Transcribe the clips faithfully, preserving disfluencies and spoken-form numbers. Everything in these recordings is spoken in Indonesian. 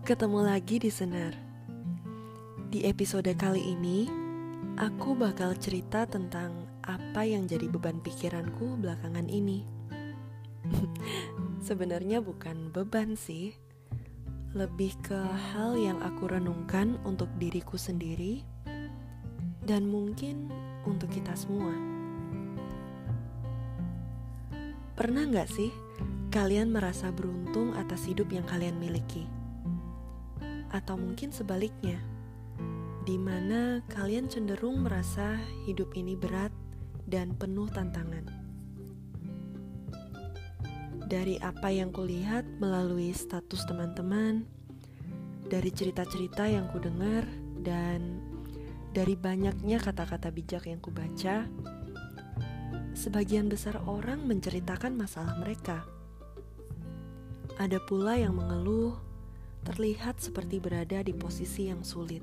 Ketemu lagi di Senar. Di episode kali ini, aku bakal cerita tentang apa yang jadi beban pikiranku belakangan ini. Sebenarnya bukan beban sih, lebih ke hal yang aku renungkan untuk diriku sendiri dan mungkin untuk kita semua. Pernah gak sih kalian merasa beruntung atas hidup yang kalian miliki? Atau mungkin sebaliknya, di mana kalian cenderung merasa hidup ini berat dan penuh tantangan. Dari apa yang kulihat melalui status teman-teman, dari cerita-cerita yang kudengar, dan dari banyaknya kata-kata bijak yang kubaca, sebagian besar orang menceritakan masalah mereka. Ada pula yang mengeluh, terlihat seperti berada di posisi yang sulit.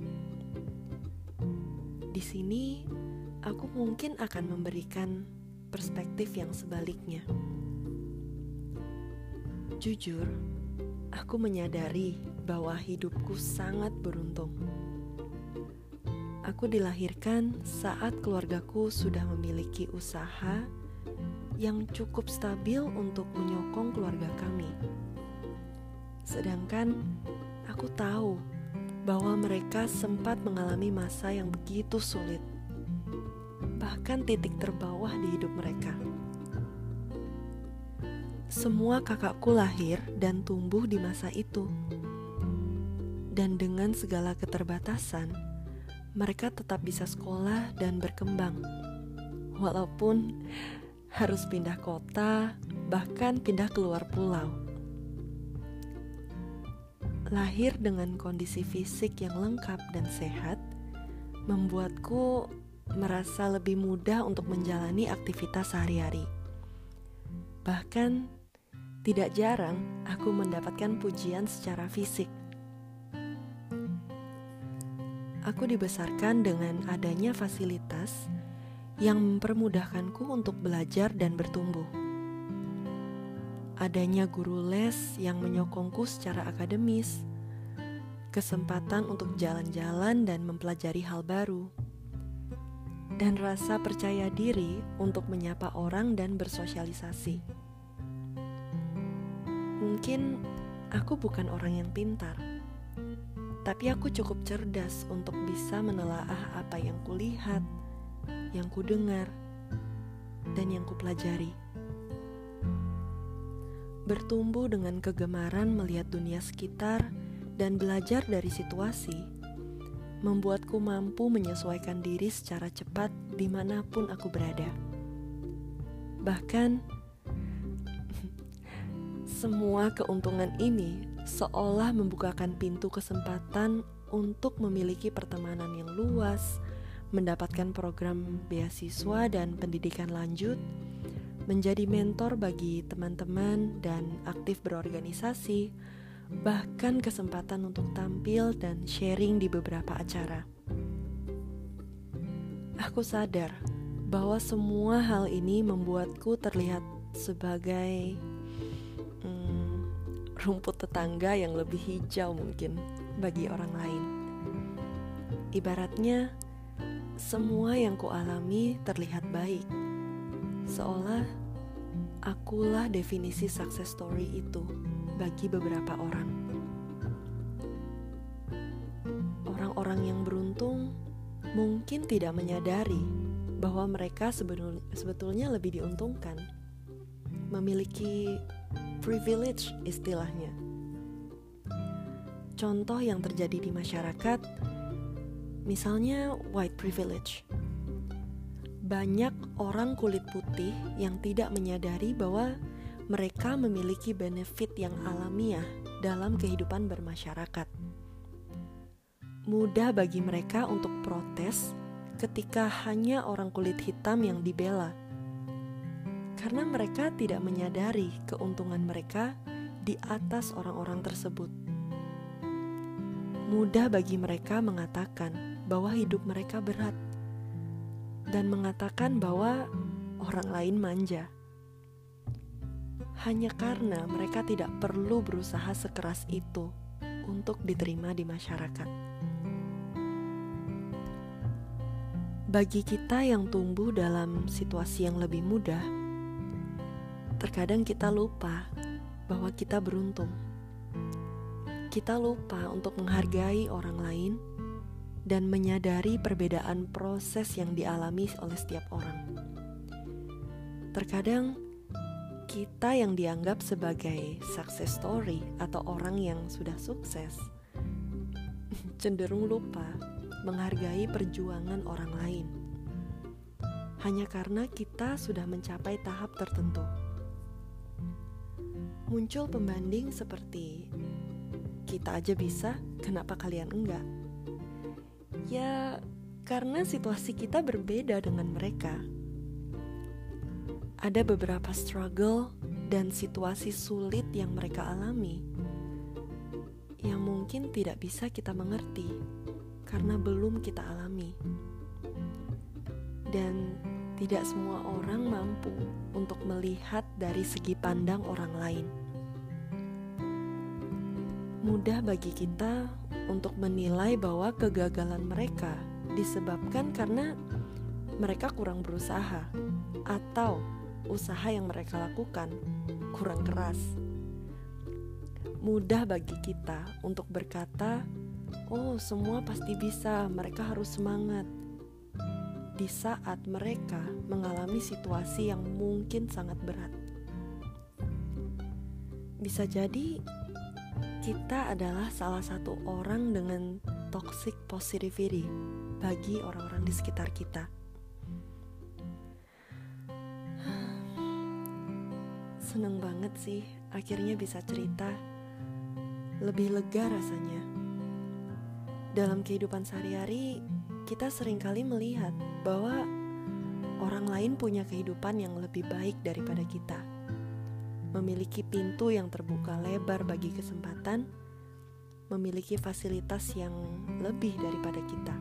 Di sini, aku mungkin akan memberikan perspektif yang sebaliknya. Jujur, aku menyadari bahwa hidupku sangat beruntung. Aku dilahirkan saat keluargaku sudah memiliki usaha yang cukup stabil untuk menyokong keluarga kami. Sedangkan aku tahu bahwa mereka sempat mengalami masa yang begitu sulit, bahkan titik terbawah di hidup mereka. Semua kakakku lahir dan tumbuh di masa itu, dan dengan segala keterbatasan, mereka tetap bisa sekolah dan berkembang, walaupun harus pindah kota, bahkan pindah keluar pulau. Lahir dengan kondisi fisik yang lengkap dan sehat membuatku merasa lebih mudah untuk menjalani aktivitas sehari-hari. Bahkan tidak jarang aku mendapatkan pujian secara fisik. Aku dibesarkan dengan adanya fasilitas yang mempermudahkanku untuk belajar dan bertumbuh. Adanya guru les yang menyokongku secara akademis, kesempatan untuk jalan-jalan dan mempelajari hal baru, dan rasa percaya diri untuk menyapa orang dan bersosialisasi. Mungkin aku bukan orang yang pintar, tapi aku cukup cerdas untuk bisa menelaah apa yang kulihat, yang kudengar, dan yang kupelajari. Bertumbuh dengan kegemaran melihat dunia sekitar dan belajar dari situasi, membuatku mampu menyesuaikan diri secara cepat dimanapun aku berada. Bahkan, semua keuntungan ini seolah membukakan pintu kesempatan untuk memiliki pertemanan yang luas, mendapatkan program beasiswa dan pendidikan lanjut, menjadi mentor bagi teman-teman dan aktif berorganisasi, bahkan kesempatan untuk tampil dan sharing di beberapa acara. Aku sadar bahwa semua hal ini membuatku terlihat sebagai hmm, rumput tetangga yang lebih hijau mungkin bagi orang lain. Ibaratnya, semua yang kualami terlihat baik, seolah akulah definisi success story itu bagi beberapa orang. Orang-orang yang beruntung mungkin tidak menyadari bahwa mereka sebetul- sebetulnya lebih diuntungkan, memiliki privilege istilahnya. Contoh yang terjadi di masyarakat, misalnya white privilege. Banyak orang kulit putih yang tidak menyadari bahwa mereka memiliki benefit yang alamiah dalam kehidupan bermasyarakat. Mudah bagi mereka untuk protes ketika hanya orang kulit hitam yang dibela, karena mereka tidak menyadari keuntungan mereka di atas orang-orang tersebut. Mudah bagi mereka mengatakan bahwa hidup mereka berat, dan mengatakan bahwa orang lain manja. hanya karena mereka tidak perlu berusaha sekeras itu untuk diterima di masyarakat. Bagi kita yang tumbuh dalam situasi yang lebih mudah, terkadang kita lupa bahwa kita beruntung. Kita lupa untuk menghargai orang lain dan menyadari perbedaan proses yang dialami oleh setiap orang. Terkadang kita yang dianggap sebagai success story atau orang yang sudah sukses cenderung lupa menghargai perjuangan orang lain hanya karena kita sudah mencapai tahap tertentu. Muncul pembanding seperti, kita aja bisa, kenapa kalian enggak? Ya, karena situasi kita berbeda dengan mereka. Ada beberapa struggle dan situasi sulit yang mereka alami yang mungkin tidak bisa kita mengerti karena belum kita alami. Dan tidak semua orang mampu untuk melihat dari segi pandang orang lain. Mudah bagi kita untuk menilai bahwa kegagalan mereka disebabkan karena mereka kurang berusaha atau usaha yang mereka lakukan kurang keras. Mudah bagi kita untuk berkata, oh semua pasti bisa, mereka harus semangat. Di saat mereka mengalami situasi yang mungkin sangat berat. Bisa jadi kita adalah salah satu orang dengan toxic positivity bagi orang-orang di sekitar kita. Seneng banget sih akhirnya bisa cerita. Lebih lega rasanya. Dalam kehidupan sehari-hari, kita seringkali melihat bahwa orang lain punya kehidupan yang lebih baik daripada kita. Memiliki pintu yang terbuka lebar bagi kesempatan, memiliki fasilitas yang lebih daripada kita.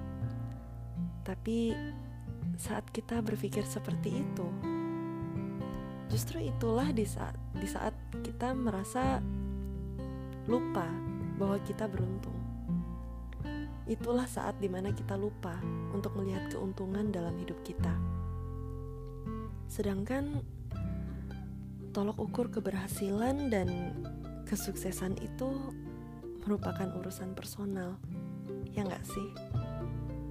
Tapi saat kita berpikir seperti itu, justru itulah di saat, di saat kita merasa lupa bahwa kita beruntung. Itulah saat dimana kita lupa untuk melihat keuntungan dalam hidup kita. Sedangkan tolok ukur keberhasilan dan kesuksesan itu merupakan urusan personal, ya nggak sih?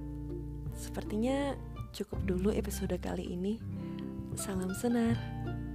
Sepertinya cukup dulu episode kali ini. Salam senar.